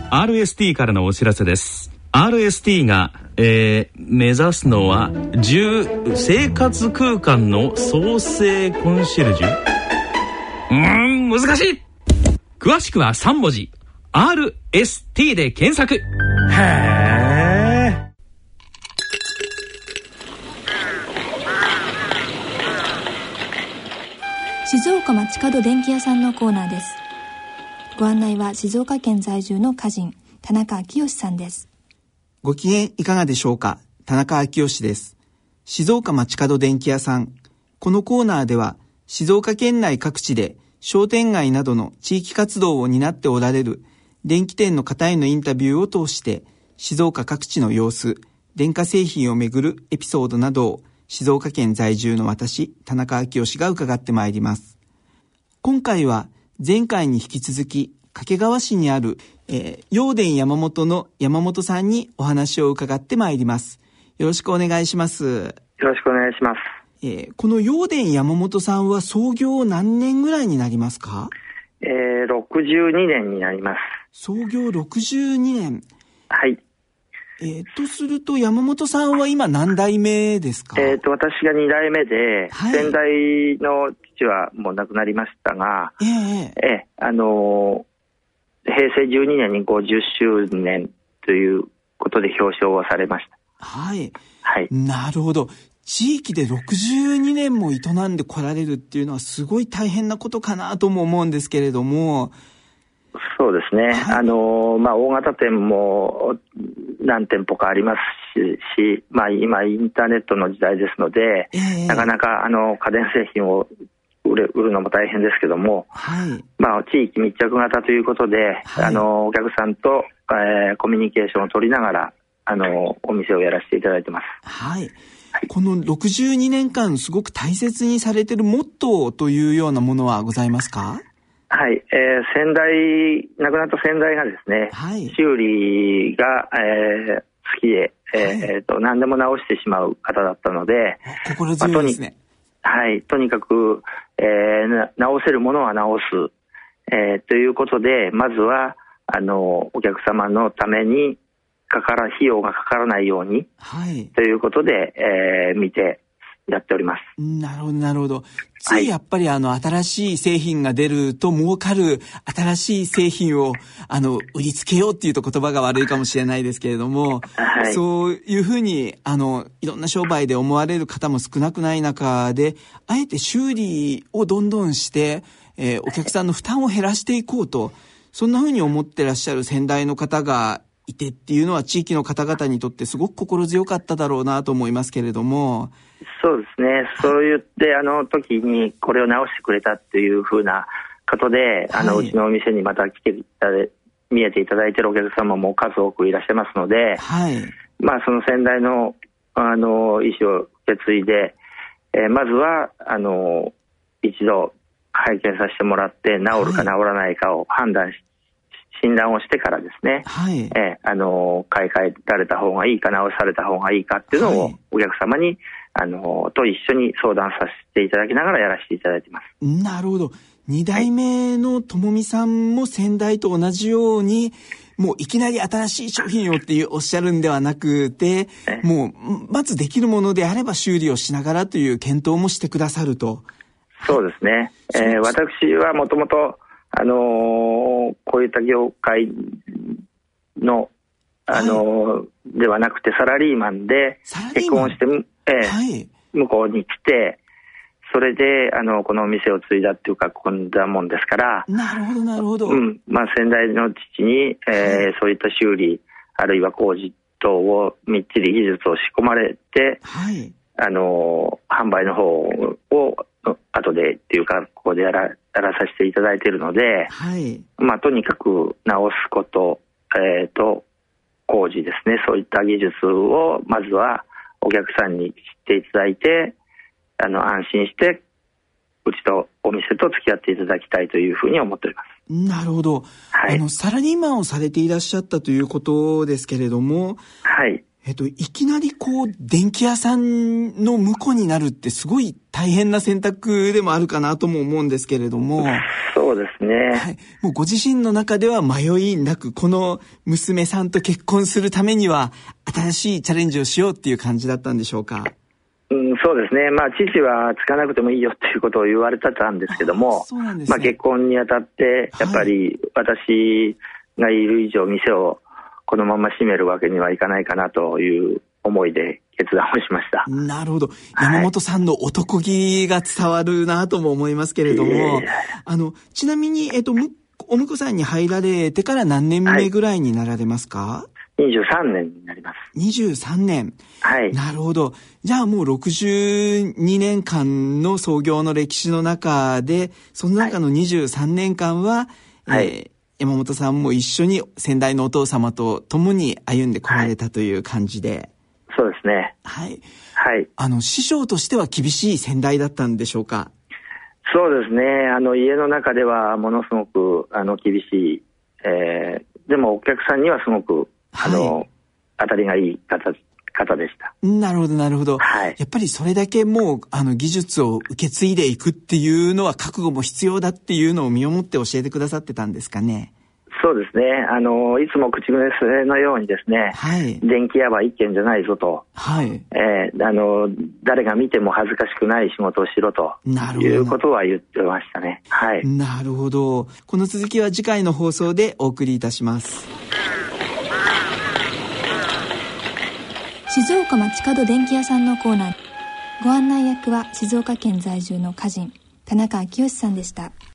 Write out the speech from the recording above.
RST からのお知らせです。 RST が、目指すのは生活空間の創生コンシェルジュ。難しい。詳しくは3文字 RST で検索。へー。 静岡町角電気屋さんのコーナーです。ご案内は静岡県在住の歌人田中昭義さんです。 ご機嫌いかがでしょうか。田中昭義です。静岡町角電気屋さん。このコーナーでは静岡県内各地で商店街などの地域活動を担っておられる電気店の方へのインタビューを通して静岡各地の様子、電化製品をめぐるエピソードなどを静岡県在住の私、田中昭義が伺ってまいります。今回は前回に引き続き掛川市にある、陽電山本の山本さんにお話を伺ってまいります。よろしくお願いします。 よろしくお願いします。 この陽電山本さんは創業何年ぐらいになりますか ？62年になります。 創業62年。 はい。 とすると山本さんは今何代目ですか？ 私が2代目で、はい、先代の父はもう亡くなりましたが、平成12年に50周年ということで表彰をされました。 はい。 はい。 なるほど。地域で62年も営んでこられるっていうのはすごい大変なことかなとも思うんですけれども。 そうですね。はい、大型店も何店舗かありますし、今インターネットの時代ですので、なかなか家電製品を売るのも大変ですけども、 はい、 地域密着型ということで、はい、お客さんと、コミュニケーションを取りながらお店をやらせていただいてます。 はい。この62年間すごく大切にされているモットーというようなものはございますか？ はい、亡くなった先代がですね、 はい、 修理が、好きで、何でも直してしまう方だったので、 心強いですね。 はい、とにかく、直せるものは直す、ということで、まずはお客様のために費用がかからないように、 はい、 ということで、見てやっております。 なるほどなるほど。ついやっぱり新しい製品が出ると儲かる新しい製品を売りつけようっていうと言葉が悪いかもしれないですけれども、 はい、 そういうふうにいろんな商売で思われる方も少なくない中で、あえて修理をどんどんして、お客さんの負担を減らしていこうと、そんなふうに思ってらっしゃる先代の方がいてっていうのは地域の方々にとってすごく心強かっただろうなと思いますけれども。 そうですね。そう言って時にこれを直してくれたっていうふうなことで、 はい、 うちのお店にまた見えていただいているお客様も数多くいらっしゃいますので、 はい、 その先代の意思を受け継いで、まずは一度拝見させてもらって治るか治らないかを診断をしてからですね、 はい、 買い替えられた方がいいか直された方がいいかっていうのをお客様に、と一緒に相談させていただきながらやらせていただいています。 なるほど。2代目の友美さんも先代と同じように、もういきなり新しい商品をっておっしゃるんではなくて、もうまずできるものであれば修理をしながらという検討もしてくださると。 そうですね。私はもともとこういった業界のではなくてサラリーマンで結婚して、向こうに来て、それでこのお店を継いだっていうかこんなもんですから。 なるほどなるほど。 先代の父に、そういった修理あるいは工事等をみっちり技術を仕込まれて、 はい、 販売の方を後でっていうかここでやらさせていただいているので、 はい、 とにかく直すこと、工事ですね、そういった技術をまずはお客さんに知っていただいて、安心してうちとお店と付き合っていただきたいというふうに思っております。 なるほど。 はい、 サラリーマンをされていらっしゃったということですけれども、 はい、 いきなり電気屋さんの婿になるってすごい大変な選択でもあるかなとも思うんですけれども。 そうですね。 はい。もうご自身の中では迷いなく、この娘さんと結婚するためには新しいチャレンジをしようっていう感じだったんでしょうか？ そうですね。父はつかなくてもいいよっていうことを言われてたんですけども、 そうなんですね。 結婚にあたって、やっぱり私がいる以上店をこのまま閉めるわけにはいかないかなという思いで決断をしました。 なるほど。山本さんの男気が伝わるなとも思いますけれども、ちなみに、お婿さんに入られてから何年目ぐらいになられますか ？23年になります。 23年。 はい。 なるほど。じゃあもう62年間の創業の歴史の中で、その中の23年間は、山本さんも一緒に先代のお父様と共に歩んでこられたという感じで。 そうですね。 はい。 はい。 師匠としては厳しい先代だったんでしょうか？ そうですね。家の中ではものすごく、厳しい、でもお客さんにはすごく、当たりがいい方でした。 なるほど、なるほど。 はい。 やっぱりそれだけもう、技術を受け継いでいくっていうのは覚悟も必要だっていうのを身をもって教えてくださってたんですかね？ そうですね。いつも口癖のようにですね、 はい。 電気屋は一軒じゃないぞと。 はい。 誰が見ても恥ずかしくない仕事をしろと。 なるほど。 いうことは言ってましたね。はい。 なるほど。この続きは次回の放送でお送りいたします。 静岡町角電気屋さんのコーナー。ご案内役は静岡県在住の歌人、田中昭義さんでした。